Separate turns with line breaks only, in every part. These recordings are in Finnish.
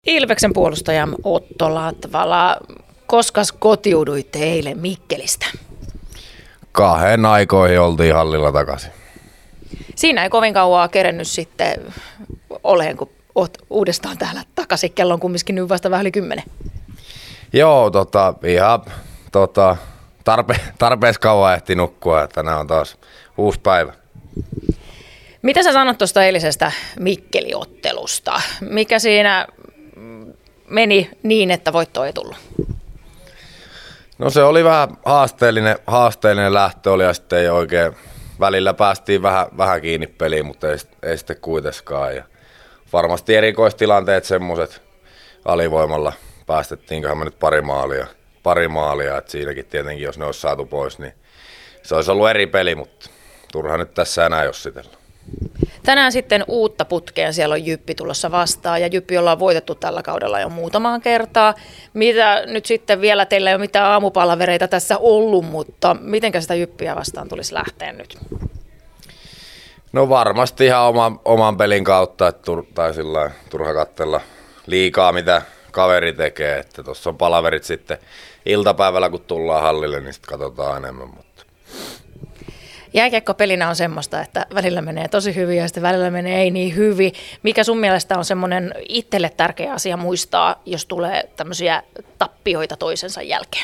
Ilveksen puolustaja Otto Latvala, koska kotiuduitte eilen Mikkelistä?
2 aikoihin oltiin hallilla takaisin.
Siinä ei kovin kauaa kerennyt sitten oleen, kun olet uudestaan täällä takaisin. Kello on kumminkin nyt vasta vähän yli 10.
Joo, ihan tarpeeksi kauan ehti nukkua, että tänään on taas uusi päivä.
Mitä sä sanot tuosta eilisestä Mikkeli-ottelusta? Mikä siinä meni niin, että voitto ei tullut?
No se oli vähän haasteellinen lähtö oli ja sitten ei oikein, välillä päästiin vähän kiinni peliin, mutta ei sitten kuitenkaan. Ja varmasti erikoistilanteet semmoiset alivoimalla päästettiinköhän me nyt pari maalia, että siinäkin tietenkin jos ne olisi saatu pois, niin se olisi ollut eri peli, mutta turha nyt tässä enää jossitella.
Tänään sitten uutta putkea, siellä on Jyppi tulossa vastaan ja Jyppi ollaan voitettu tällä kaudella jo muutamaan kertaa. Mitä nyt sitten vielä, teillä ei ole mitään aamupalavereita tässä ollut, mutta mitenkä sitä Jyppiä vastaan tulisi lähteä nyt?
No varmasti ihan oman pelin kautta, tai sillä turha katsella liikaa mitä kaveri tekee, että tuossa on palaverit sitten iltapäivällä kun tullaan hallille, niin sitten katsotaan enemmän. Mutta.
Jääkiekko-pelinä on semmoista, että välillä menee tosi hyvin ja sitten välillä menee ei niin hyvin. Mikä sun mielestä on semmoinen itselle tärkeä asia muistaa, jos tulee tämmöisiä tappioita toisensa jälkeen?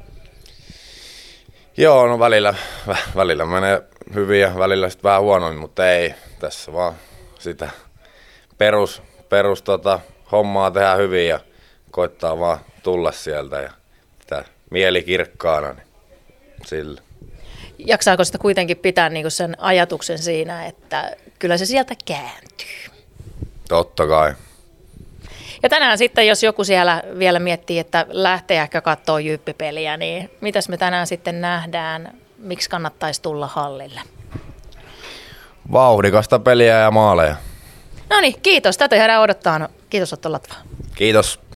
Joo, no välillä menee hyvin ja välillä sitten vähän huonommin, mutta ei. Tässä vaan sitä perus hommaa tehdään hyvin ja koittaa vaan tulla sieltä ja pitää mieli kirkkaana, niin sillä.
Jaksaako sitä kuitenkin pitää niinku sen ajatuksen siinä, että kyllä se sieltä kääntyy?
Totta kai.
Ja tänään sitten, jos joku siellä vielä miettii, että lähtee ehkä katsoa Jyppipeliä, niin mitäs me tänään sitten nähdään? Miksi kannattaisi tulla hallille?
Vauhdikasta peliä ja maaleja.
No niin, kiitos. Tätä jäädään odottaa. Kiitos Otto Latvala.
Kiitos.